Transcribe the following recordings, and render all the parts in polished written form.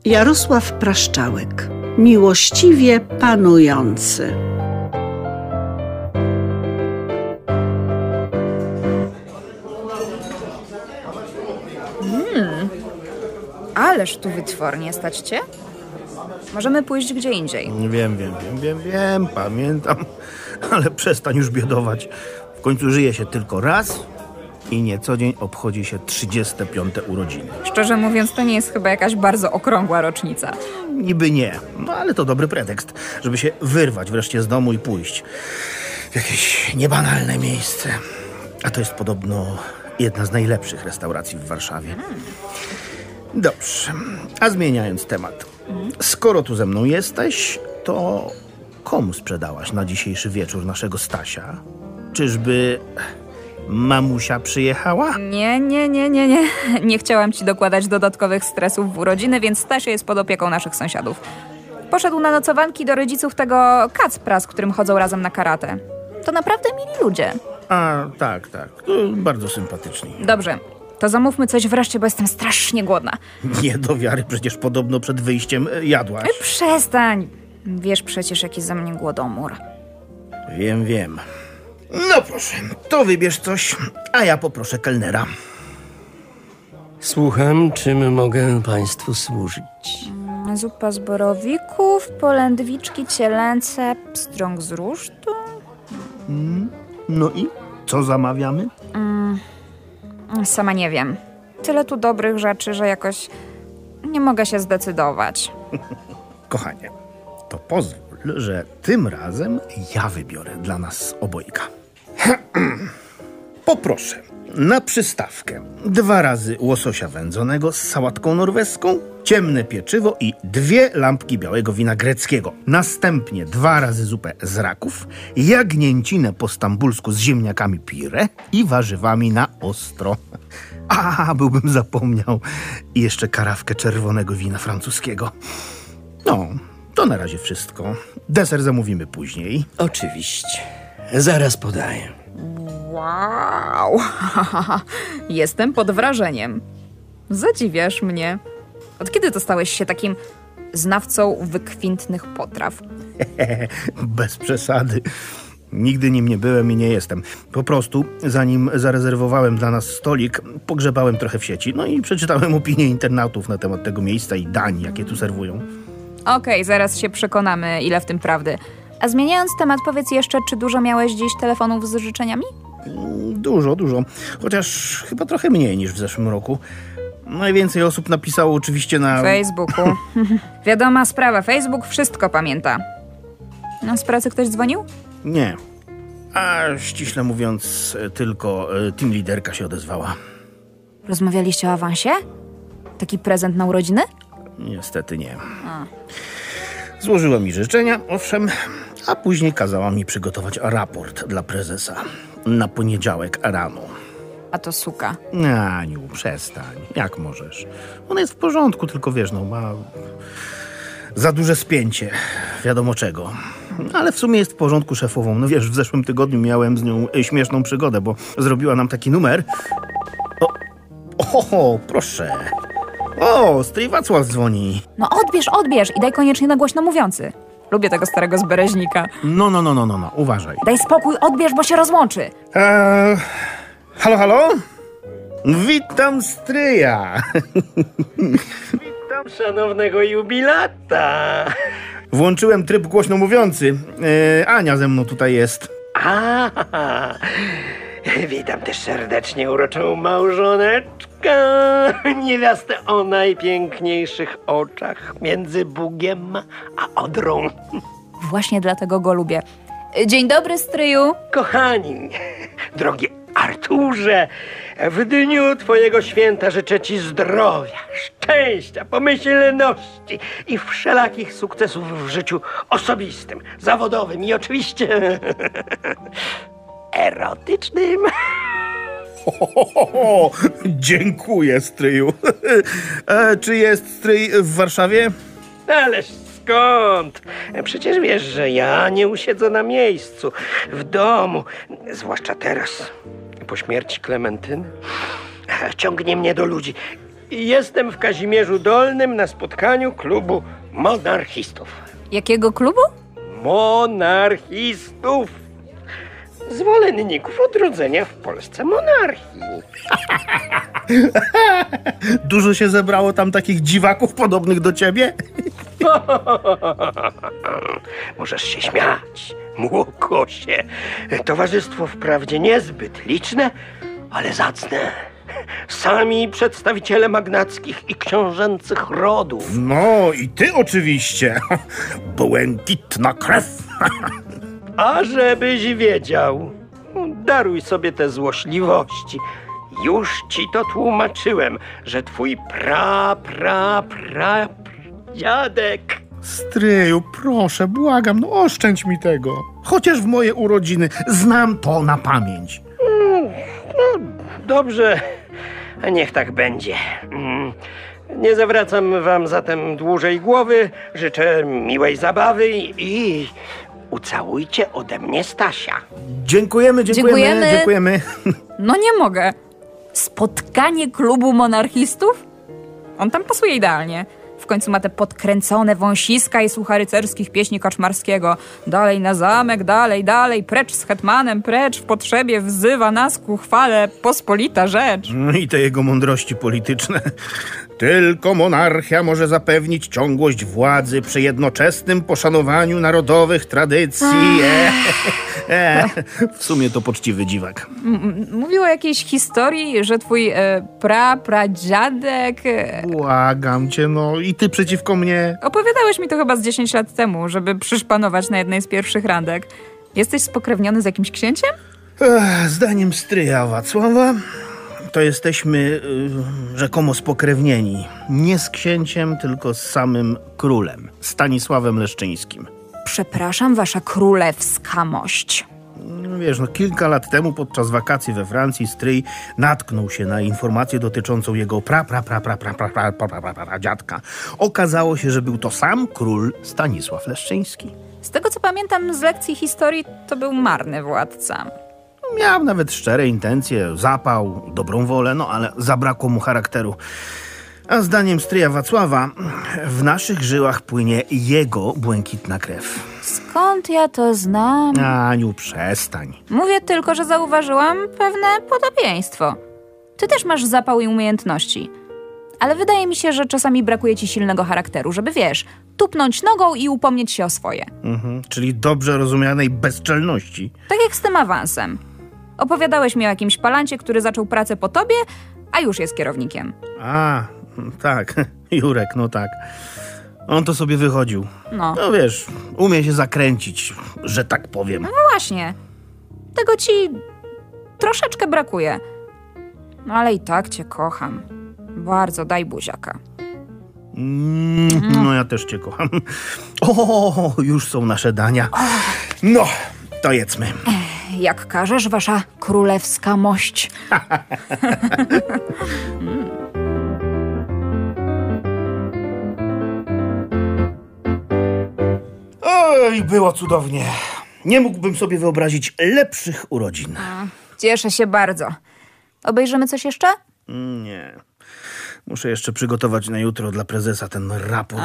Jarosław Praszczałek. Miłościwie panujący. Ależ tu wytwornie, stać cię? Możemy pójść gdzie indziej. Wiem, pamiętam. Ale przestań już biedować. W końcu żyje się tylko raz i nie co dzień obchodzi się 35. urodziny. Szczerze mówiąc, to nie jest chyba jakaś bardzo okrągła rocznica. Niby nie, no ale to dobry pretekst, żeby się wyrwać wreszcie z domu i pójść w jakieś niebanalne miejsce. A to jest podobno jedna z najlepszych restauracji w Warszawie. Dobrze, a zmieniając temat. Skoro tu ze mną jesteś, to komu sprzedałaś na dzisiejszy wieczór naszego Stasia? Czyżby mamusia przyjechała? Nie. Nie chciałam ci dokładać dodatkowych stresów w urodziny, więc Stasia jest pod opieką naszych sąsiadów. Poszedł na nocowanki do rodziców tego Kacpra, z którym chodzą razem na karate. To naprawdę mili ludzie. A, tak. To bardzo sympatyczni. Dobrze, to zamówmy coś wreszcie, bo jestem strasznie głodna. Nie do wiary, przecież podobno przed wyjściem jadłaś. Przestań. Wiesz przecież, jaki za mnie głodomór. Wiem. No proszę, to wybierz coś, a ja poproszę kelnera. Słucham, czym mogę państwu służyć? Zupa z borowików, polędwiczki cielęce, pstrąg z rusztu. No i co zamawiamy? Sama nie wiem. Tyle tu dobrych rzeczy, że jakoś nie mogę się zdecydować. Kochanie, to pozwól, że tym razem ja wybiorę dla nas obojga. Poproszę na przystawkę 2 razy łososia wędzonego z sałatką norweską, ciemne pieczywo i 2 lampki białego wina greckiego. Następnie 2 razy zupę z raków, jagnięcinę po stambulsku z ziemniakami pire i warzywami na ostro. A, byłbym zapomniał. I jeszcze karawkę czerwonego wina francuskiego. No, to na razie wszystko. Deser zamówimy później. Oczywiście. Zaraz podaję. Wow! Jestem pod wrażeniem. Zadziwiasz mnie. Od kiedy to stałeś się takim znawcą wykwintnych potraw? Bez przesady. Nigdy nim nie byłem i nie jestem. Po prostu, zanim zarezerwowałem dla nas stolik, pogrzebałem trochę w sieci, no i przeczytałem opinie internautów na temat tego miejsca i dań, jakie tu serwują. Okej, zaraz się przekonamy, ile w tym prawdy. A zmieniając temat, powiedz jeszcze, czy dużo miałeś dziś telefonów z życzeniami? Dużo. Chociaż chyba trochę mniej niż w zeszłym roku. Najwięcej osób napisało oczywiście na Facebooku. Wiadoma sprawa, Facebook wszystko pamięta. No, z pracy ktoś dzwonił? Nie. A ściśle mówiąc, tylko team liderka się odezwała. Rozmawialiście o awansie? Taki prezent na urodziny? Niestety nie. Złożyła mi życzenia, owszem, a później kazała mi przygotować raport dla prezesa na poniedziałek rano. A to suka. Aniu, przestań. Jak możesz? Ona jest w porządku, tylko wiesz, no ma za duże spięcie. Wiadomo czego. Ale w sumie jest w porządku szefową. No wiesz, w zeszłym tygodniu miałem z nią śmieszną przygodę, bo zrobiła nam taki numer. O, proszę. O, stryj Wacław dzwoni. No odbierz i daj koniecznie na głośno mówiący. Lubię tego starego z Bereźnika. No, uważaj. Daj spokój, odbierz, bo się rozłączy. Halo? Witam stryja. Witam szanownego jubilata. Włączyłem tryb głośno mówiący. Ania ze mną tutaj jest. Witam też serdecznie uroczą małżoneczkę. Niewiastę o najpiękniejszych oczach między Bugiem a Odrą. Właśnie dlatego go lubię. Dzień dobry, stryju. Kochani, drogi Arturze, w dniu twojego święta życzę ci zdrowia, szczęścia, pomyślności i wszelakich sukcesów w życiu osobistym, zawodowym i oczywiście erotycznym. Dziękuję, stryju. Czy jest stryj w Warszawie? Ależ skąd? Przecież wiesz, że ja nie usiedzę na miejscu, w domu, zwłaszcza teraz, po śmierci Klementyny. Ciągnie mnie do ludzi. Jestem w Kazimierzu Dolnym na spotkaniu klubu monarchistów. Jakiego klubu? Monarchistów. Zwolenników odrodzenia w Polsce monarchii. Dużo się zebrało tam takich dziwaków podobnych do ciebie? Możesz się śmiać, młokosie. Towarzystwo wprawdzie niezbyt liczne, ale zacne. Sami przedstawiciele magnackich i książęcych rodów. No i ty oczywiście. Błękitna krew. A żebyś wiedział, daruj sobie te złośliwości. Już ci to tłumaczyłem, że twój dziadek. Stryju, proszę, błagam, no oszczędź mi tego. Chociaż w moje urodziny znam to na pamięć. No, dobrze, niech tak będzie. Nie zawracam wam zatem dłużej głowy. Życzę miłej zabawy i ucałujcie ode mnie Stasia. Dziękujemy. No nie mogę. Spotkanie klubu monarchistów? On tam pasuje idealnie. W końcu ma te podkręcone wąsiska i słucha rycerskich pieśni Kaczmarskiego. Dalej na zamek, dalej, precz z hetmanem, precz w potrzebie wzywa nas ku chwale pospolita rzecz. No i te jego mądrości polityczne. Tylko monarchia może zapewnić ciągłość władzy przy jednoczesnym poszanowaniu narodowych tradycji. W sumie to poczciwy dziwak. Mówił o jakiejś historii, że twój pradziadek... Błagam cię, no i ty przeciwko mnie. Opowiadałeś mi to chyba z 10 lat temu, żeby przyszpanować na jednej z pierwszych randek. Jesteś spokrewniony z jakimś księciem? Zdaniem stryja Wacława to jesteśmy rzekomo spokrewnieni. Nie z księciem, tylko z samym królem, Stanisławem Leszczyńskim. Przepraszam, wasza królewska mość. Wiesz, no kilka lat temu podczas wakacji we Francji stryj natknął się na informację dotyczącą jego dziadka. Okazało się, że był to sam król Stanisław Leszczyński. Z tego co pamiętam z lekcji historii, to był marny władca. Miał nawet szczere intencje, zapał, dobrą wolę, no ale zabrakło mu charakteru. A zdaniem stryja Wacława, w naszych żyłach płynie jego błękitna krew. Skąd ja to znam? Aniu, przestań. Mówię tylko, że zauważyłam pewne podobieństwo. Ty też masz zapał i umiejętności. Ale wydaje mi się, że czasami brakuje ci silnego charakteru, żeby, wiesz, tupnąć nogą i upomnieć się o swoje. Czyli dobrze rozumianej bezczelności. Tak jak z tym awansem. Opowiadałeś mi o jakimś palancie, który zaczął pracę po tobie, a już jest kierownikiem. A, tak, Jurek, no tak. On to sobie wychodził. No wiesz, umie się zakręcić, że tak powiem. No właśnie. Tego ci troszeczkę brakuje. No ale i tak cię kocham. Bardzo, daj buziaka. No ja też cię kocham. O, już są nasze dania. No, to jedzmy. Jak każesz, wasza królewska mość. Oj, było cudownie. Nie mógłbym sobie wyobrazić lepszych urodzin. Cieszę się bardzo. Obejrzymy coś jeszcze? Nie. Muszę jeszcze przygotować na jutro dla prezesa ten raport.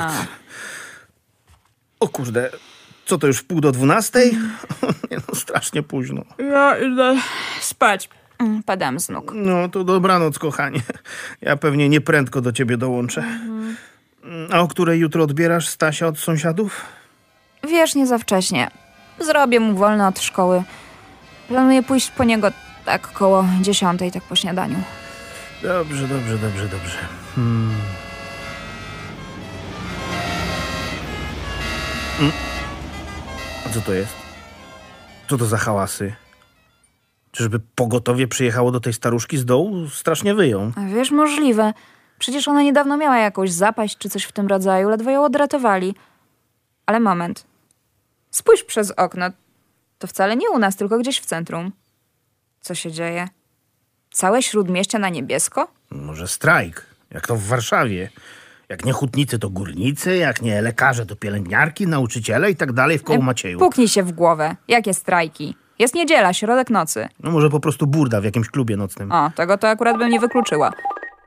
O kurde, co to już 11:30? Nie no, strasznie późno. Ja idę spać. Padam z nóg. No to dobranoc, kochanie. Ja pewnie nieprędko do ciebie dołączę. A o której jutro odbierasz Stasia od sąsiadów? Wiesz, nie za wcześnie. Zrobię mu wolne od szkoły. Planuję pójść po niego tak koło 10, tak po śniadaniu. Dobrze. A co to jest? Co to za hałasy? Czyżby pogotowie przyjechało do tej staruszki z dołu? Strasznie wyją. A wiesz, możliwe. Przecież ona niedawno miała jakąś zapaść czy coś w tym rodzaju. Ledwo ją odratowali. Ale moment. Spójrz przez okno. To wcale nie u nas, tylko gdzieś w centrum. Co się dzieje? Całe Śródmieście na niebiesko? Może strajk, jak to w Warszawie. Jak nie hutnicy, to górnicy, jak nie lekarze, to pielęgniarki, nauczyciele i tak dalej w koło Macieju. Puknij się w głowę. Jakie strajki? Jest niedziela, środek nocy. No może po prostu burda w jakimś klubie nocnym. O, tego to akurat bym nie wykluczyła.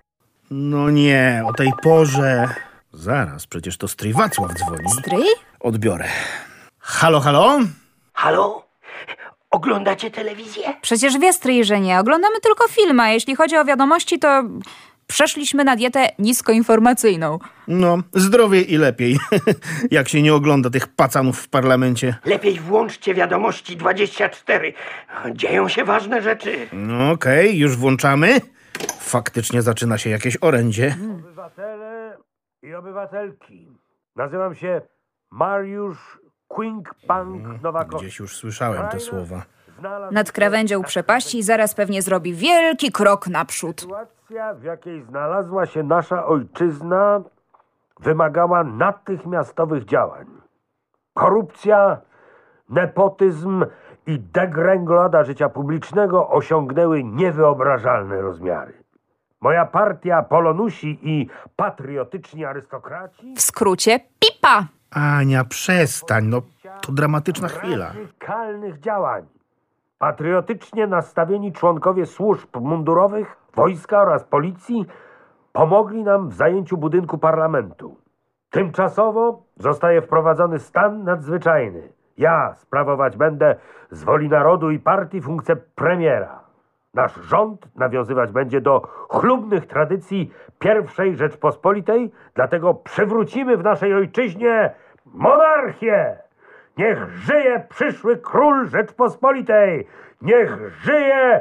No nie, o tej porze. Zaraz, przecież to stryj Wacław dzwoni. Stryj? Odbiorę. Halo, halo? Halo? Oglądacie telewizję? Przecież wie stryj, że nie. Oglądamy tylko film, a jeśli chodzi o wiadomości, to przeszliśmy na dietę niskoinformacyjną. No, zdrowiej i lepiej. Jak się nie ogląda tych pacanów w parlamencie. Lepiej włączcie wiadomości 24. Dzieją się ważne rzeczy. No okej, już włączamy. Faktycznie zaczyna się jakieś orędzie. Obywatele i obywatelki. Nazywam się Mariusz Quink-Punk Nowakowski. Gdzieś już słyszałem te słowa. Nad krawędzią przepaści zaraz pewnie zrobi wielki krok naprzód. Sytuacja, w jakiej znalazła się nasza ojczyzna, wymagała natychmiastowych działań. Korupcja, nepotyzm i degrengolada życia publicznego osiągnęły niewyobrażalne rozmiary. Moja partia Polonusi i patriotyczni arystokraci... W skrócie pipa. Ania, przestań, no to dramatyczna chwila. Radykalnych działań. Patriotycznie nastawieni członkowie służb mundurowych, wojska oraz policji pomogli nam w zajęciu budynku parlamentu. Tymczasowo zostaje wprowadzony stan nadzwyczajny. Ja sprawować będę z woli narodu i partii funkcję premiera. Nasz rząd nawiązywać będzie do chlubnych tradycji I Rzeczpospolitej, dlatego przywrócimy w naszej ojczyźnie monarchię. Niech żyje przyszły król Rzeczpospolitej! Niech żyje...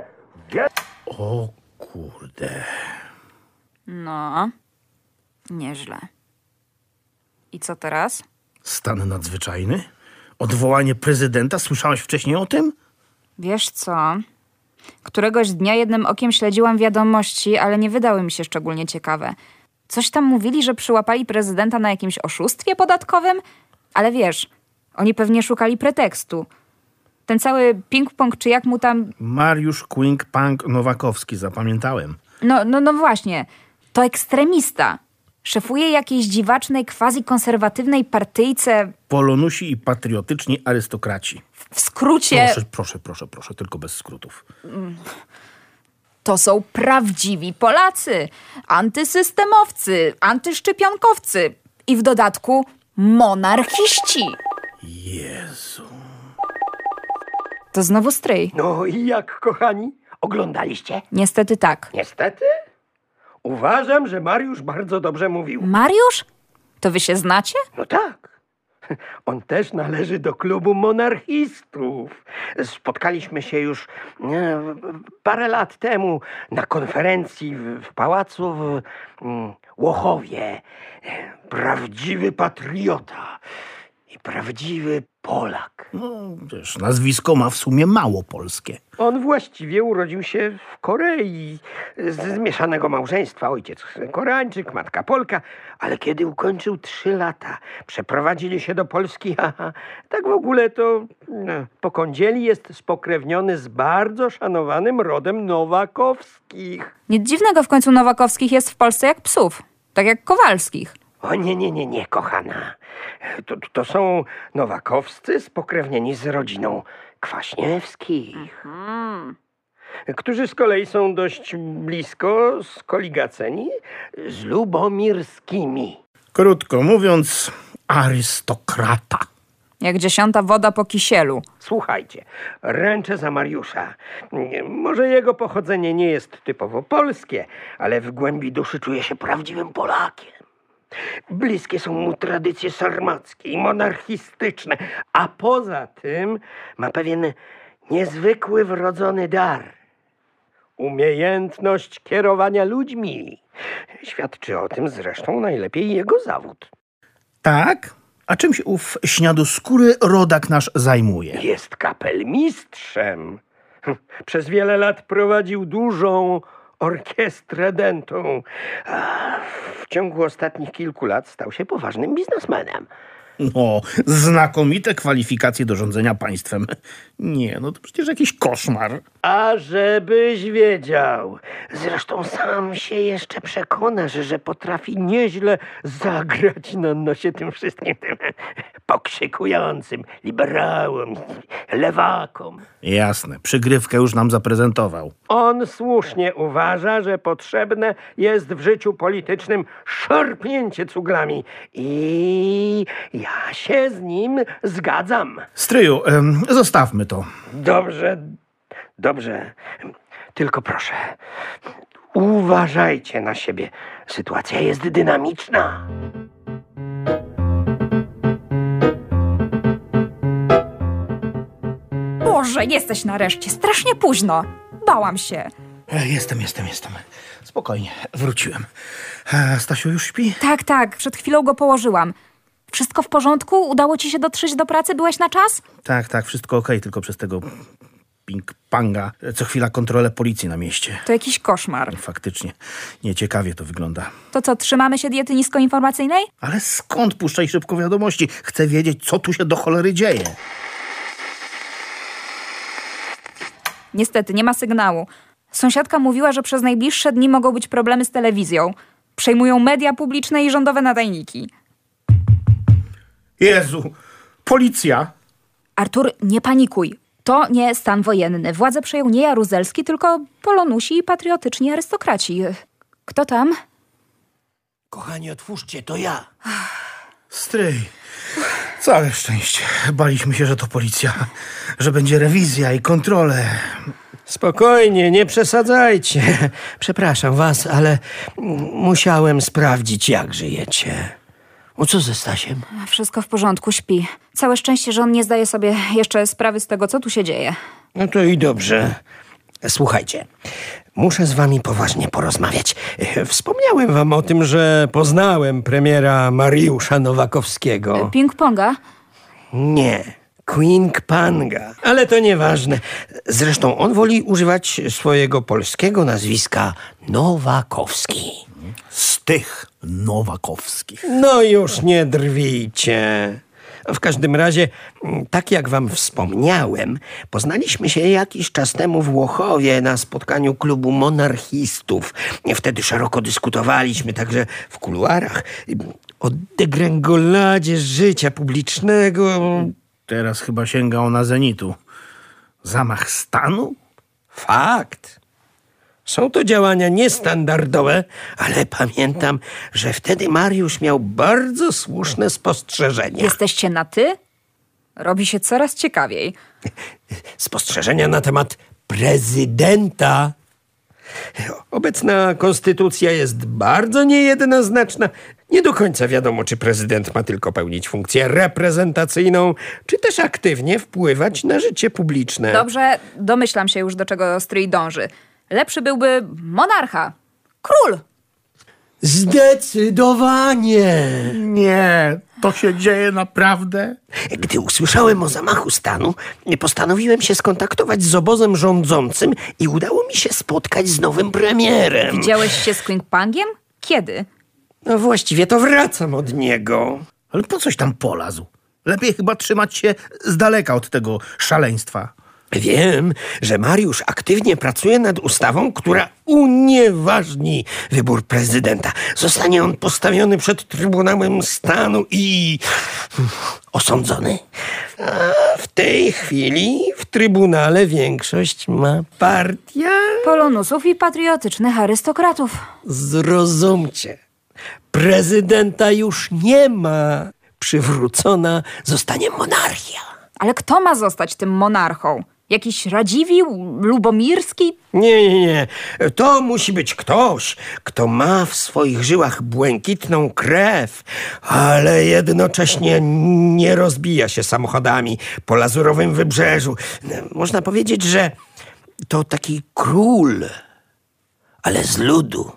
O kurde. No, nieźle. I co teraz? Stan nadzwyczajny? Odwołanie prezydenta? Słyszałaś wcześniej o tym? Wiesz co? Któregoś dnia jednym okiem śledziłam wiadomości, ale nie wydały mi się szczególnie ciekawe. Coś tam mówili, że przyłapali prezydenta na jakimś oszustwie podatkowym, ale wiesz, oni pewnie szukali pretekstu. Ten cały ping-pong, czy jak mu tam... Mariusz Quink-Punk Nowakowski, zapamiętałem. No właśnie, to ekstremista. Szefuje jakiejś dziwacznej, quasi-konserwatywnej partyjce. Polonusi i patriotyczni arystokraci. W skrócie... Proszę, tylko bez skrótów. To są prawdziwi Polacy, antysystemowcy, antyszczepionkowcy i w dodatku monarchiści. Jezu. To znowu stryj. No i jak, kochani? Oglądaliście? Niestety tak. Niestety? Uważam, że Mariusz bardzo dobrze mówił. Mariusz? To wy się znacie? No tak. On też należy do klubu monarchistów. Spotkaliśmy się już parę lat temu na konferencji w pałacu w Łochowie. Prawdziwy patriota i prawdziwy Polak. No, wiesz, nazwisko ma w sumie mało polskie. On właściwie urodził się w Korei z zmieszanego małżeństwa. Ojciec Koreańczyk, matka Polka. Ale kiedy ukończył 3 lata, przeprowadzili się do Polski. Tak w ogóle to po kądzieli jest spokrewniony z bardzo szanowanym rodem Nowakowskich. Nic dziwnego, w końcu Nowakowskich jest w Polsce jak psów. Tak jak Kowalskich. O nie, kochana. To są Nowakowscy spokrewnieni z rodziną Kwaśniewskich. Którzy z kolei są dość blisko skoligaceni z Lubomirskimi. Krótko mówiąc, arystokrata. Jak 10. woda po kisielu. Słuchajcie, ręczę za Mariusza. Może jego pochodzenie nie jest typowo polskie, ale w głębi duszy czuje się prawdziwym Polakiem. Bliskie są mu tradycje sarmackie i monarchistyczne, a poza tym ma pewien niezwykły wrodzony dar. Umiejętność kierowania ludźmi. Świadczy o tym zresztą najlepiej jego zawód. Tak? A czym się ów śniadoskóry rodak nasz zajmuje? Jest kapelmistrzem. Przez wiele lat prowadził dużą orkiestrę dentą. A w ciągu ostatnich kilku lat stał się poważnym biznesmenem. No, znakomite kwalifikacje do rządzenia państwem. Nie, no to przecież jakiś koszmar. A żebyś wiedział. Zresztą sam się jeszcze przekonasz, że potrafi nieźle zagrać na nosie tym wszystkim tym pokrzykującym liberałom, lewakom. Jasne, przygrywkę już nam zaprezentował. On słusznie uważa, że potrzebne jest w życiu politycznym szarpnięcie cuglami. I ja się z nim zgadzam. Stryju, zostawmy to. Dobrze. Tylko proszę, uważajcie na siebie. Sytuacja jest dynamiczna. Boże, jesteś nareszcie. Strasznie późno. Bałam się. Jestem. Spokojnie, wróciłem. Stasiu już śpi? Tak. Przed chwilą go położyłam. Wszystko w porządku? Udało ci się dotrzeć do pracy? Byłeś na czas? Tak, wszystko okej, tylko przez tego ping-panga co chwila kontrolę policji na mieście. To jakiś koszmar. Faktycznie, nieciekawie to wygląda. To co, trzymamy się diety niskoinformacyjnej? Ale skąd puszczaj szybko wiadomości? Chcę wiedzieć, co tu się do cholery dzieje. Niestety, nie ma sygnału. Sąsiadka mówiła, że przez najbliższe dni mogą być problemy z telewizją. Przejmują media publiczne i rządowe nadajniki. Jezu, policja! Artur, nie panikuj. To nie stan wojenny. Władzę przejął nie Jaruzelski, tylko polonusi i patriotyczni arystokraci. Kto tam? Kochani, otwórzcie, to ja. Stryj, całe szczęście. Baliśmy się, że to policja, że będzie rewizja i kontrole. Spokojnie, nie przesadzajcie. Przepraszam was, ale musiałem sprawdzić, jak żyjecie. O co ze Stasiem? Wszystko w porządku, śpi. Całe szczęście, że on nie zdaje sobie jeszcze sprawy z tego, co tu się dzieje. No to i dobrze. Słuchajcie, muszę z wami poważnie porozmawiać. Wspomniałem wam o tym, że poznałem premiera Mariusza Nowakowskiego. Ping-ponga? Nie, Queen-panga. Ale to nieważne. Zresztą on woli używać swojego polskiego nazwiska Nowakowski. Z tych Nowakowskich. No już nie drwijcie. W każdym razie, tak jak wam wspomniałem, poznaliśmy się jakiś czas temu w Łochowie na spotkaniu klubu monarchistów. Wtedy szeroko dyskutowaliśmy także w kuluarach o degrengoladzie życia publicznego. Teraz chyba sięga ona zenitu. Zamach stanu? Fakt. Są to działania niestandardowe, ale pamiętam, że wtedy Mariusz miał bardzo słuszne spostrzeżenia. Jesteście na ty? Robi się coraz ciekawiej. Spostrzeżenia na temat prezydenta. Obecna konstytucja jest bardzo niejednoznaczna. Nie do końca wiadomo, czy prezydent ma tylko pełnić funkcję reprezentacyjną, czy też aktywnie wpływać na życie publiczne. Dobrze, domyślam się już, do czego stryj dąży. Lepszy byłby monarcha. Król. Zdecydowanie. Nie, to się dzieje naprawdę? Gdy usłyszałem o zamachu stanu, postanowiłem się skontaktować z obozem rządzącym i udało mi się spotkać z nowym premierem. Widziałeś się z Queen-pangiem? Kiedy? No właściwie to wracam od niego. Ale po coś tam polazł? Lepiej chyba trzymać się z daleka od tego szaleństwa. Wiem, że Mariusz aktywnie pracuje nad ustawą, która unieważni wybór prezydenta. Zostanie on postawiony przed Trybunałem Stanu i osądzony. A w tej chwili w Trybunale większość ma partia. Polonusów i patriotycznych arystokratów. Zrozumcie, prezydenta już nie ma. Przywrócona zostanie monarchia. Ale kto ma zostać tym monarchą? Jakiś Radziwiłł? Lubomirski? Nie. To musi być ktoś, kto ma w swoich żyłach błękitną krew, ale jednocześnie nie rozbija się samochodami po lazurowym wybrzeżu. Można powiedzieć, że to taki król, ale z ludu.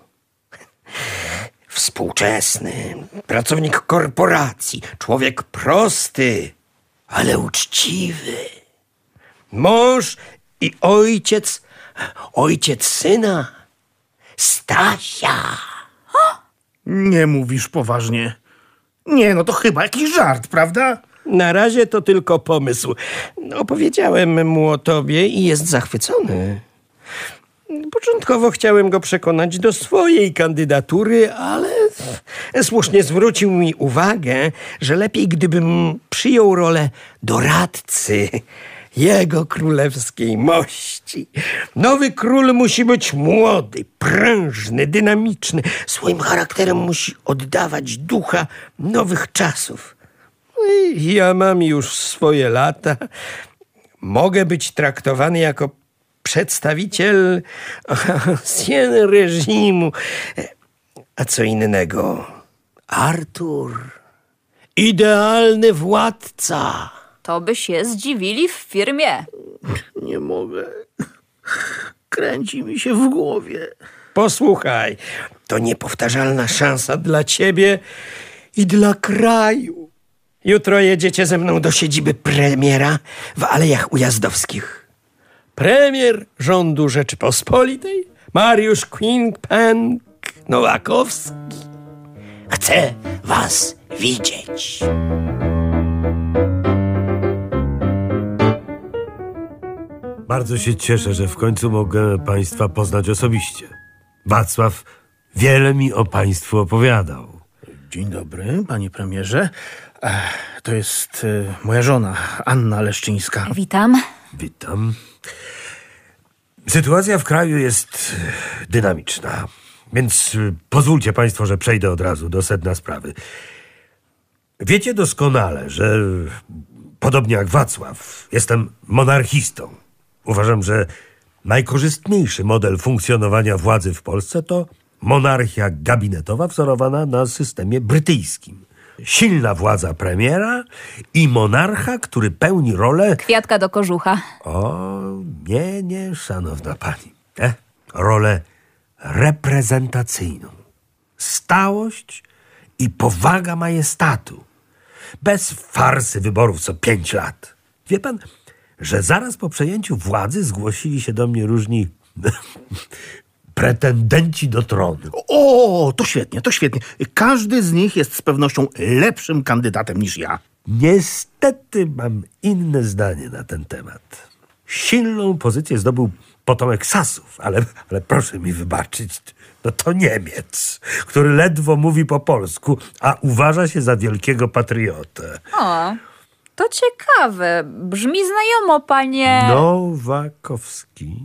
Współczesny, pracownik korporacji, człowiek prosty, ale uczciwy. Mąż i ojciec syna, Stasia. Nie mówisz poważnie. Nie, no to chyba jakiś żart, prawda? Na razie to tylko pomysł. Opowiedziałem mu o tobie i jest zachwycony. Początkowo chciałem go przekonać do swojej kandydatury, ale słusznie zwrócił mi uwagę, że lepiej gdybym przyjął rolę doradcy jego królewskiej mości. Nowy król musi być młody, prężny, dynamiczny. Swoim charakterem musi oddawać ducha nowych czasów. Ja mam już swoje lata. Mogę być traktowany jako przedstawiciel ancien reżimu. A co innego? Artur. Idealny władca. To by się zdziwili w firmie. Nie mogę. Kręci mi się w głowie. Posłuchaj, to niepowtarzalna szansa dla ciebie i dla kraju. Jutro jedziecie ze mną do siedziby premiera w Alejach Ujazdowskich. Premier rządu Rzeczypospolitej, Mariusz Kwink-Penk Nowakowski, chce was widzieć. Bardzo się cieszę, że w końcu mogę państwa poznać osobiście. Wacław wiele mi o państwu opowiadał. Dzień dobry, panie premierze. To jest moja żona, Anna Leszczyńska. Witam. Witam. Sytuacja w kraju jest dynamiczna, więc pozwólcie państwo, że przejdę od razu do sedna sprawy. Wiecie doskonale, że podobnie jak Wacław, jestem monarchistą. Uważam, że najkorzystniejszy model funkcjonowania władzy w Polsce to monarchia gabinetowa wzorowana na systemie brytyjskim. Silna władza premiera i monarcha, który pełni rolę... Kwiatka do kożucha. O, nie, szanowna pani. Rolę reprezentacyjną. Stałość i powaga majestatu. Bez farsy wyborów co 5 lat. Wie pan, że zaraz po przejęciu władzy zgłosili się do mnie różni pretendenci do tronu. O, to świetnie, to świetnie. Każdy z nich jest z pewnością lepszym kandydatem niż ja. Niestety mam inne zdanie na ten temat. Silną pozycję zdobył potomek Sasów, ale proszę mi wybaczyć, no to Niemiec, który ledwo mówi po polsku, a uważa się za wielkiego patriotę. O, to ciekawe. Brzmi znajomo, panie... Nowakowski.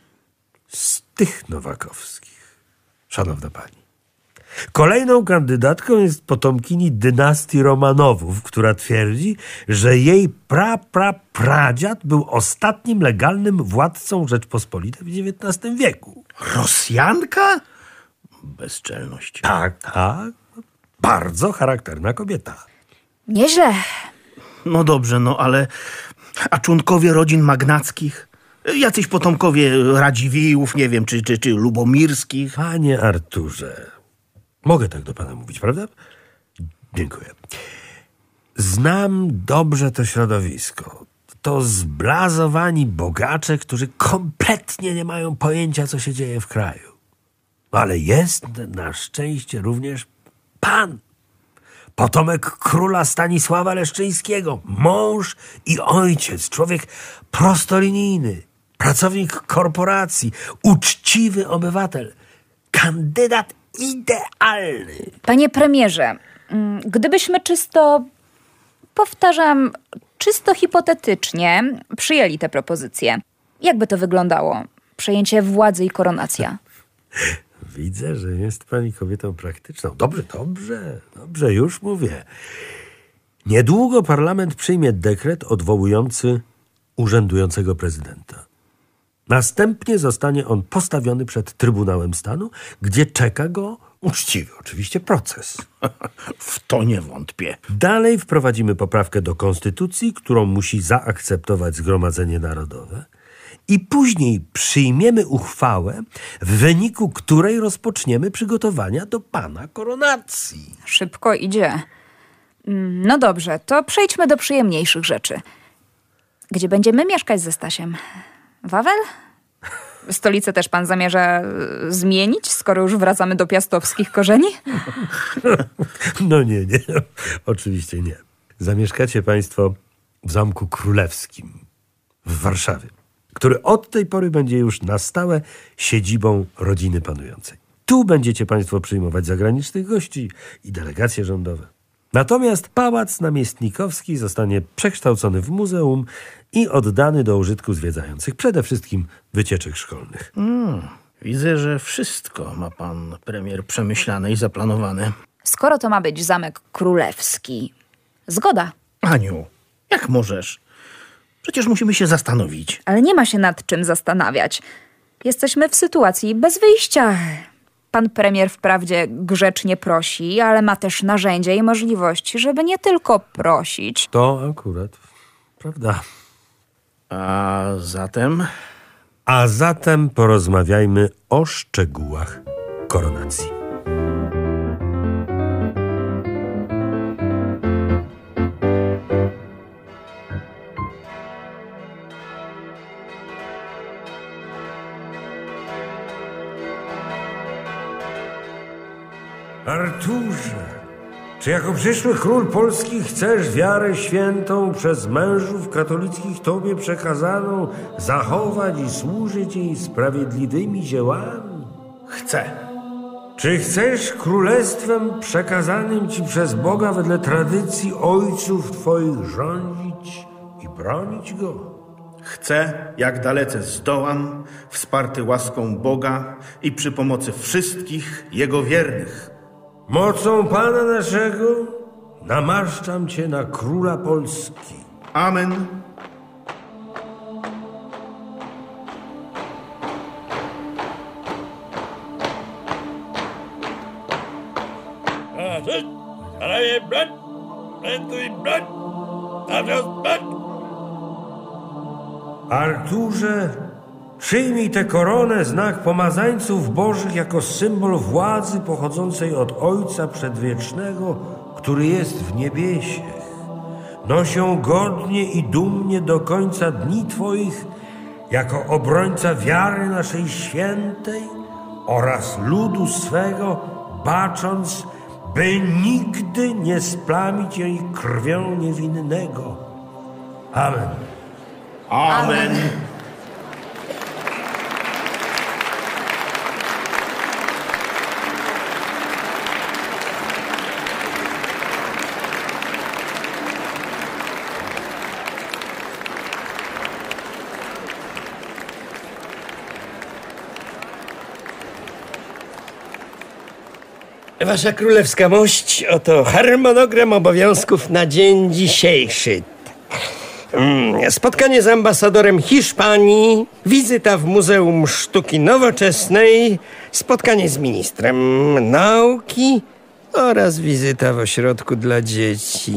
Z tych Nowakowskich, szanowna pani. Kolejną kandydatką jest potomkini dynastii Romanowów, która twierdzi, że jej pradziad był ostatnim legalnym władcą Rzeczpospolitej w XIX wieku. Rosjanka? Bezczelność. Tak. Bardzo charakterna kobieta. Nieźle. No dobrze, no ale... A członkowie rodzin magnackich? Jacyś potomkowie Radziwiłłów, nie wiem, czy Lubomirskich? Panie Arturze, mogę tak do pana mówić, prawda? Dziękuję. Znam dobrze to środowisko. To zblazowani bogacze, którzy kompletnie nie mają pojęcia, co się dzieje w kraju. Ale jest na szczęście również pan. Potomek króla Stanisława Leszczyńskiego. Mąż i ojciec. Człowiek prostolinijny. Pracownik korporacji. Uczciwy obywatel. Kandydat idealny. Panie premierze, gdybyśmy czysto hipotetycznie przyjęli tę propozycję, jakby to wyglądało? Przejęcie władzy i koronacja. Widzę, że jest pani kobietą praktyczną. Dobrze, już mówię. Niedługo parlament przyjmie dekret odwołujący urzędującego prezydenta. Następnie zostanie on postawiony przed Trybunałem Stanu, gdzie czeka go uczciwy oczywiście proces. W to nie wątpię. Dalej wprowadzimy poprawkę do konstytucji, którą musi zaakceptować Zgromadzenie Narodowe. I później przyjmiemy uchwałę, w wyniku której rozpoczniemy przygotowania do pana koronacji. Szybko idzie. No dobrze, to przejdźmy do przyjemniejszych rzeczy. Gdzie będziemy mieszkać ze Stasiem? Wawel? Stolicę też pan zamierza zmienić, skoro już wracamy do piastowskich korzeni? No nie, oczywiście nie. Zamieszkacie państwo w Zamku Królewskim w Warszawie, który od tej pory będzie już na stałe siedzibą rodziny panującej. Tu będziecie państwo przyjmować zagranicznych gości i delegacje rządowe. Natomiast Pałac Namiestnikowski zostanie przekształcony w muzeum i oddany do użytku zwiedzających, przede wszystkim wycieczek szkolnych. Widzę, że wszystko ma pan premier przemyślane i zaplanowane. Skoro to ma być Zamek Królewski, zgoda. Aniu, jak możesz? Przecież musimy się zastanowić. Ale nie ma się nad czym zastanawiać. Jesteśmy w sytuacji bez wyjścia. Pan premier wprawdzie grzecznie prosi, ale ma też narzędzia i możliwości, żeby nie tylko prosić. To akurat prawda. A zatem porozmawiajmy o szczegółach koronacji. Arturze, czy jako przyszły król Polski chcesz wiarę świętą przez mężów katolickich tobie przekazaną zachować i służyć jej sprawiedliwymi dziełami? chcę. Czy chcesz królestwem przekazanym ci przez Boga wedle tradycji ojców twoich rządzić i bronić go? Chcę, jak dalece zdołam, wsparty łaską Boga i przy pomocy wszystkich Jego wiernych. Mocą Pana naszego namaszczam cię na króla Polski. Amen. Arturze, przyjmij tę koronę, znak pomazańców bożych, jako symbol władzy pochodzącej od Ojca Przedwiecznego, który jest w niebiesiech. Noś ją godnie i dumnie do końca dni twoich, jako obrońca wiary naszej świętej oraz ludu swego, bacząc, by nigdy nie splamić jej krwią niewinnego. Amen. Amen. Wasza królewska mość, oto harmonogram obowiązków na dzień dzisiejszy. Spotkanie z ambasadorem Hiszpanii, wizyta w Muzeum Sztuki Nowoczesnej, spotkanie z ministrem nauki oraz wizyta w ośrodku dla dzieci.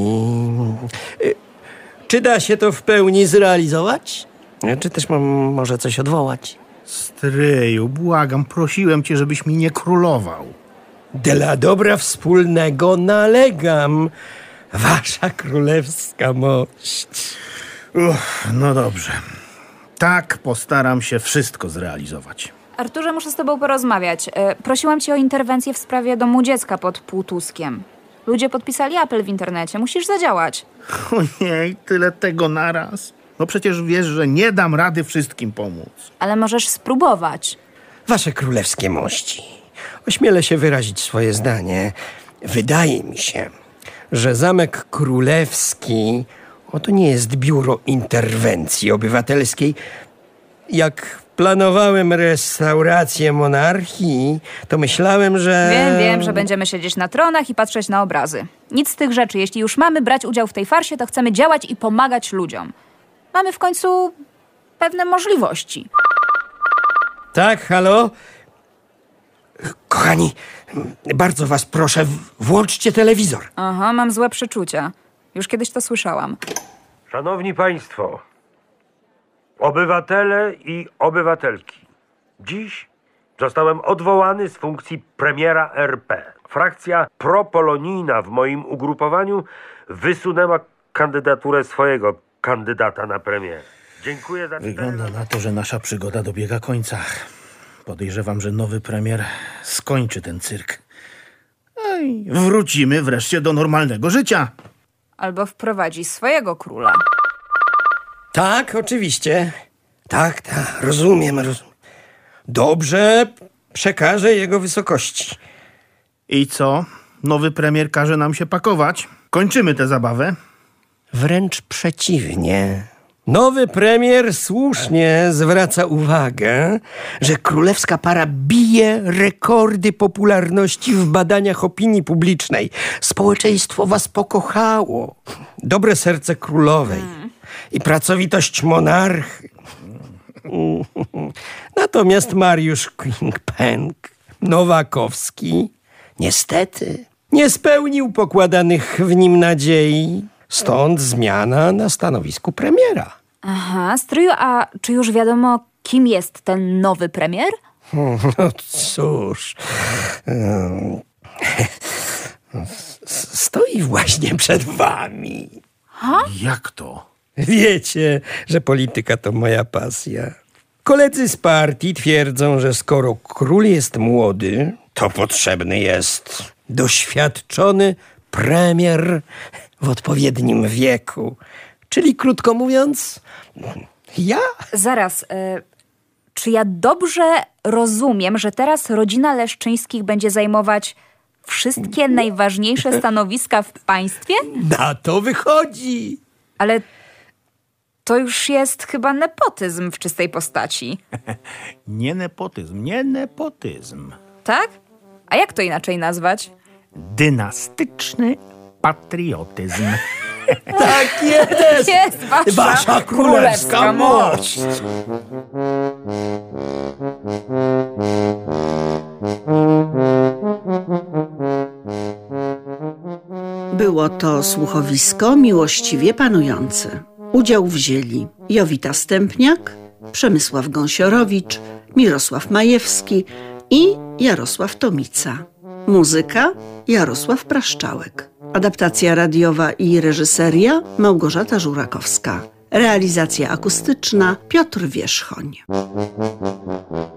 Czy da się to w pełni zrealizować? Czy też mam może coś odwołać? Stryju, błagam, prosiłem cię, żebyś mi nie królował. Dla dobra wspólnego nalegam, wasza królewska mość. No dobrze. Tak, postaram się wszystko zrealizować. Arturze, muszę z tobą porozmawiać. Prosiłam cię o interwencję w sprawie domu dziecka pod Półtuskiem. Ludzie podpisali apel w internecie. Musisz zadziałać. Ojej, tyle tego naraz. No przecież wiesz, że nie dam rady wszystkim pomóc. Ale możesz spróbować. Wasze królewskie mości, ośmielę się wyrazić swoje zdanie. Wydaje mi się, że Zamek Królewski to nie jest biuro interwencji obywatelskiej. Jak planowałem restaurację monarchii, to myślałem, że... Wiem, że będziemy siedzieć na tronach i patrzeć na obrazy. Nic z tych rzeczy. Jeśli już mamy brać udział w tej farsie, to chcemy działać i pomagać ludziom. Mamy w końcu pewne możliwości. Tak, halo? Kochani, bardzo was proszę, włączcie telewizor. Aha, mam złe przeczucia. Już kiedyś to słyszałam. Szanowni Państwo, obywatele i obywatelki, dziś zostałem odwołany z funkcji premiera RP. Frakcja propolonijna w moim ugrupowaniu wysunęła kandydaturę swojego kandydata na premiera. Dziękuję za Wygląda na to, że nasza przygoda dobiega końca. Podejrzewam, że nowy premier skończy ten cyrk. No i wrócimy wreszcie do normalnego życia. Albo wprowadzi swojego króla. Tak, oczywiście. Tak, rozumiem. Dobrze, przekażę jego wysokości. I co? Nowy premier każe nam się pakować? Kończymy tę zabawę? Wręcz przeciwnie. Nowy premier słusznie zwraca uwagę, że królewska para bije rekordy popularności w badaniach opinii publicznej. Społeczeństwo was pokochało. Dobre serce królowej i pracowitość monarchy. Natomiast Mariusz King-Peng Nowakowski niestety nie spełnił pokładanych w nim nadziei. Stąd zmiana na stanowisku premiera. Aha, stryju, a czy już wiadomo, kim jest ten nowy premier? No cóż... Stoi właśnie przed wami. Jak to? Wiecie, że polityka to moja pasja. Koledzy z partii twierdzą, że skoro król jest młody, to potrzebny jest doświadczony premier w odpowiednim wieku. Czyli krótko mówiąc, ja. Zaraz, czy ja dobrze rozumiem, że teraz rodzina Leszczyńskich będzie zajmować wszystkie najważniejsze stanowiska w państwie? Na to wychodzi. Ale to już jest chyba nepotyzm w czystej postaci. Nie nepotyzm. Tak? A jak to inaczej nazwać? Dynastyczny patriotyzm. Tak jest. Jest Wasza królewska moc. Było to słuchowisko Miłościwie panujący. Udział wzięli Jowita Stępniak, Przemysław Gąsiorowicz, Mirosław Majewski i Jarosław Tomica. Muzyka Jarosław Praszczałek. Adaptacja radiowa i reżyseria Małgorzata Żurakowska. Realizacja akustyczna Piotr Wierzchoń.